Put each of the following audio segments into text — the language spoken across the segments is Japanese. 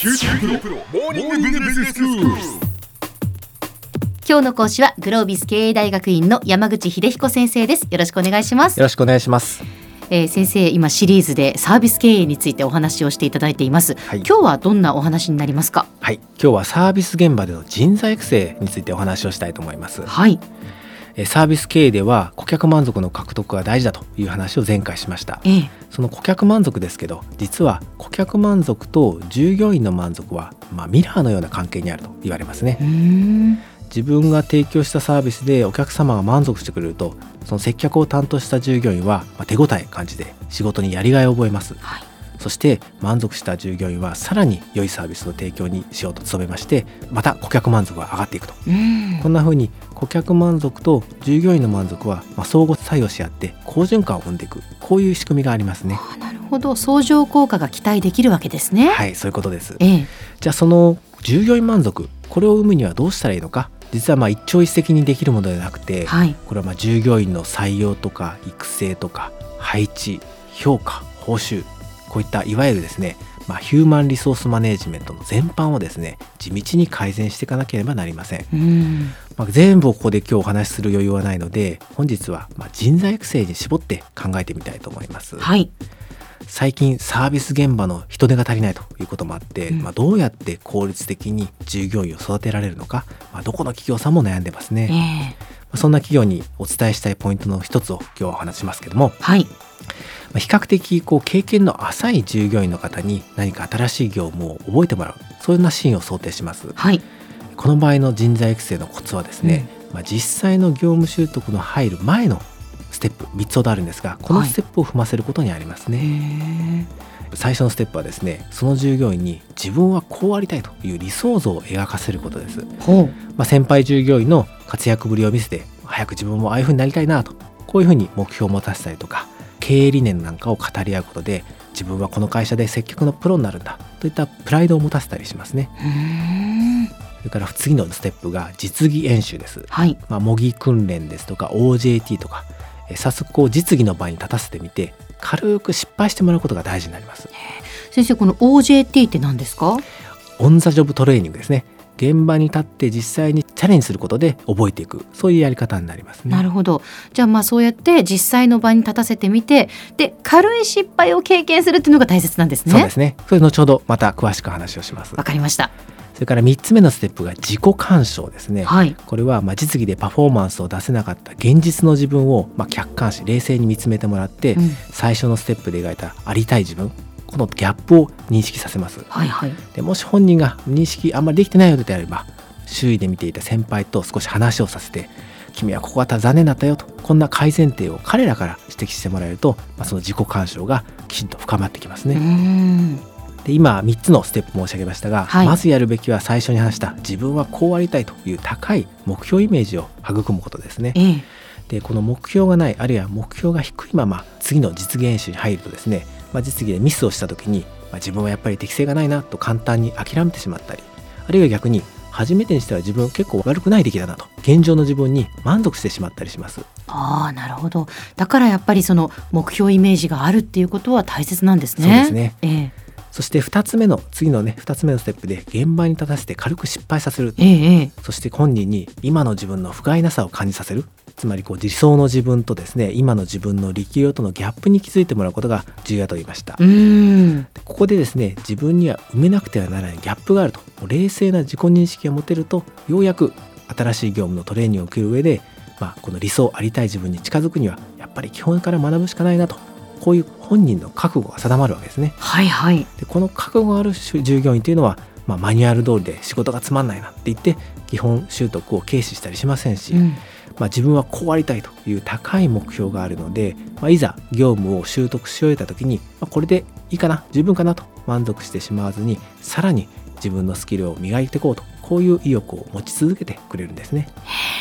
キューティープロモーニングビジネススクール。 今日の講師はグロービス経営大学院の山口秀彦先生です。よろしくお願いします。 よろしくお願いします。 先生、今シリーズでサービス経営についてお話をしていただいています、はい、今日はどんなお話になりますか？ はい、今日はサービス現場での人材育成についてお話をしたいと思います。 はい。 サービス経営では顧客満足の獲得が大事だという話を前回しました。その顧客満足ですけど、実は顧客満足と従業員の満足は、ミラーのような関係にあると言われますね。自分が提供したサービスでお客様が満足してくれると、その接客を担当した従業員は手応え感じて仕事にやりがいを覚えます。はい。そして満足した従業員はさらに良いサービスの提供にしようと努めまして、また顧客満足が上がっていくと。こんな風に顧客満足と従業員の満足は相互作用し合って好循環を生んでいく、こういう仕組みがありますね。 なるほど、相乗効果が期待できるわけですね。 はい、そういうことです。じゃあその従業員満足、これを生むにはどうしたらいいのか。実は一朝一夕にできるものではなくて、はい、これは従業員の採用とか育成とか配置、評価、報酬、こういったいわゆるですね、ヒューマンリソースマネジメントの全般をですね、地道に改善していかなければなりません。全部をここで今日お話しする余裕はないので、本日は人材育成に絞って考えてみたいと思います。はい。最近サービス現場の人手が足りないということもあって、どうやって効率的に従業員を育てられるのか、どこの企業さんも悩んでますね。そんな企業にお伝えしたいポイントの一つを今日はお話しますけども、はい。比較的経験の浅い従業員の方に何か新しい業務を覚えてもらう、そういうようなシーンを想定します。はい。この場合の人材育成のコツはですね、実際の業務習得の入る前のステップ3つほどあるんですが、このステップを踏ませることにありますね。最初のステップはですね、その従業員に自分はこうありたいという理想像を描かせることです。先輩従業員の活躍ぶりを見せて、早く自分もああいうふうになりたいなと、こういうふうに目標を持たせたりとか、経営理念なんかを語り合うことで、自分はこの会社で接客のプロになるんだといったプライドを持たせたりしますね。それから次のステップが実技演習です。はい。模擬訓練ですとか OJT とか、早速実技の場に立たせてみて、軽く失敗してもらうことが大事になります。 先生、この OJT って何ですか？ オンザジョブトレーニングですね。現場に立って実際にチャレンジすることで覚えていく、そういうやり方になりますね。 なるほど。じゃあそうやって実際の場に立たせてみて、で軽い失敗を経験するっていうのが大切なんですね。 そうですね。それ後ほどまた詳しく話をします。 わかりました。 それから3つ目のステップが自己鑑賞ですね。はい。これは実技でパフォーマンスを出せなかった現実の自分を客観視、冷静に見つめてもらって、最初のステップで描いたありたい自分、このギャップを認識させます。はいはい。でもし本人が認識あんまりできてないようであれば、周囲で見ていた先輩と少し話をさせて、君はここが残念だったよと、こんな改善点を彼らから指摘してもらえると、その自己鑑賞がきちんと深まってきますね。で今3つのステップ申し上げましたが、まずやるべきは最初に話した自分はこうありたいという高い目標イメージを育むことですね。でこの目標がない、あるいは目標が低いまま次の実現演習に入るとですね、実技でミスをした時に、自分はやっぱり適性がないなと簡単に諦めてしまったり、あるいは逆に初めてにしては自分結構悪くない出来だなと現状の自分に満足してしまったりします。 なるほど。だからやっぱりその目標イメージがあるっていうことは大切なんですね。 そうですね。そして2つ目のステップで現場に立たせて軽く失敗させる、そして本人に今の自分の不甲斐なさを感じさせる、つまり理想の自分とですね、今の自分の力量とのギャップに気づいてもらうことが重要だと言いました。ここでですね、自分には埋めなくてはならないギャップがあると冷静な自己認識が持てると、ようやく新しい業務のトレーニングを受ける上で、この理想ありたい自分に近づくにはやっぱり基本から学ぶしかないなと、こういう本人の覚悟が定まるわけですね。はいはい。でこの覚悟がある従業員というのは、マニュアル通りで仕事がつまんないなって言って基本習得を軽視したりしませんし、自分はこうありたいという高い目標があるので、いざ業務を習得し終えた時に、これでいいかな、十分かなと満足してしまわずに、さらに自分のスキルを磨いていこうと、こういう意欲を持ち続けてくれるんですね。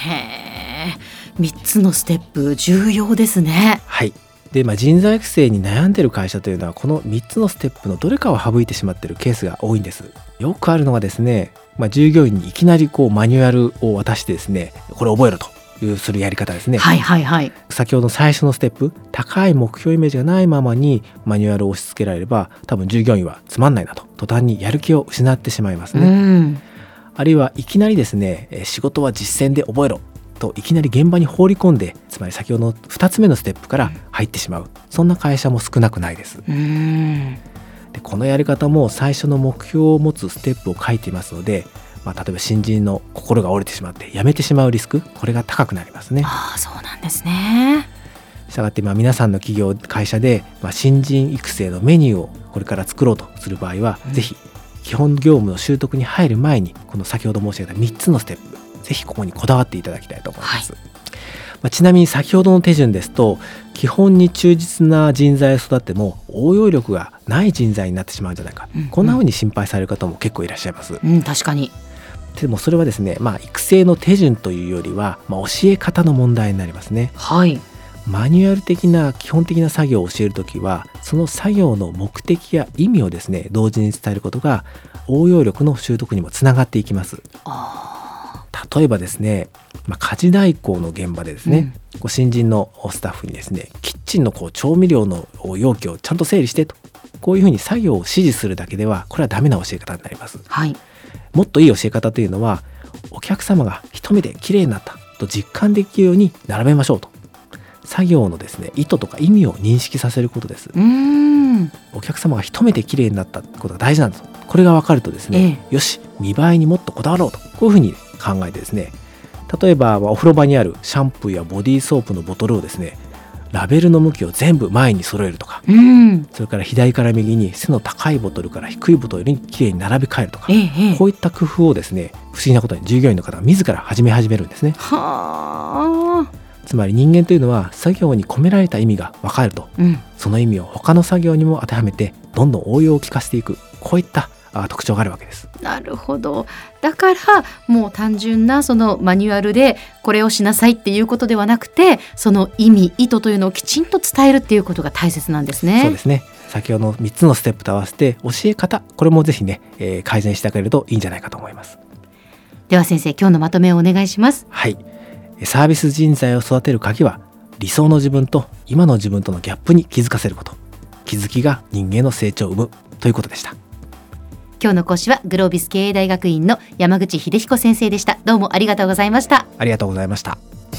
3つのステップ重要ですね。 はい。で人材育成に悩んでいる会社というのは、この3つのステップのどれかを省いてしまっているケースが多いんです。よくあるのがですね、従業員にいきなりマニュアルを渡してですね、これ覚えろとするやり方ですね。 はいはいはい。 先ほどの最初のステップ、高い目標イメージがないままにマニュアルを押し付けられれば、多分従業員はつまんないなと途端にやる気を失ってしまいますね。あるいはいきなりですね、仕事は実践で覚えろといきなり現場に放り込んで、つまり先ほどの2つ目のステップから入ってしまう、そんな会社も少なくないです。でこのやり方も最初の目標を持つステップを書いていますので、例えば新人の心が折れてしまって辞めてしまうリスク、これが高くなりますね。 そうなんですね。 したがって皆さんの企業会社で、新人育成のメニューをこれから作ろうとする場合は、ぜひ基本業務の習得に入る前にこの先ほど申し上げた3つのステップ、ぜひここにこだわっていただきたいと思います。ちなみに先ほどの手順ですと、基本に忠実な人材を育てても応用力がない人材になってしまうんじゃないか、こんな風に心配される方も結構いらっしゃいます。 確かに。 でもそれはですね、育成の手順というよりは、教え方の問題になりますね。マニュアル的な基本的な作業を教えるときは、その作業の目的や意味をですね、同時に伝えることが応用力の習得にもつながっていきます。例えばですね、家事代行の現場でですね、新人のスタッフにですね、キッチンの調味料の容器をちゃんと整理してと、こういうふうに作業を指示するだけではこれはダメな教え方になります。もっといい教え方というのは、お客様が一目で綺麗になったと実感できるように並べましょうと、作業のですね、意図とか意味を認識させることです。お客様が一目で綺麗になったことが大事なんです。これが分かるとですね、よし見栄えにもっとこだわろうと、こういうふうに考えてですね、例えばお風呂場にあるシャンプーやボディーソープのボトルをですね、ラベルの向きを全部前に揃えるとか、それから左から右に背の高いボトルから低いボトルにきれいに並び替えるとか、こういった工夫をですね、不思議なことに従業員の方が自ら始めるんですね。つまり人間というのは作業に込められた意味が分かると、その意味を他の作業にも当てはめてどんどん応用を効かせていく、こういった特徴があるわけです。 なるほど。だからもう単純なそのマニュアルでこれをしなさいっていうことではなくて、その意味意図というのをきちんと伝えるっていうことが大切なんですね。 そうですね。先ほどの3つのステップと合わせて教え方、これもぜひね、改善してあげるといいんじゃないかと思います。 では先生、今日のまとめをお願いします。 サービス人材を育てる鍵は、理想の自分と今の自分とのギャップに気づかせること、気づきが人間の成長を生むということでした。 今日の講師はグロービス経営大学院の山口秀彦先生でした。どうもありがとうございました。 ありがとうございました。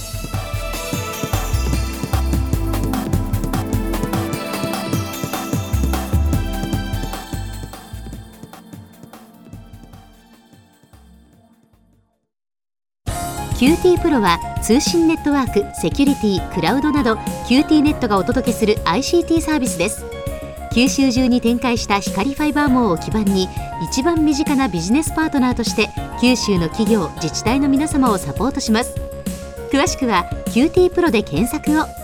QT プロは通信ネットワーク、セキュリティ、クラウドなど QT ネットがお届けする ICT サービスです。九州中に展開した光ファイバー網を基盤に、一番身近なビジネスパートナーとして九州の企業・自治体の皆様をサポートします。詳しくは QT プロで検索を。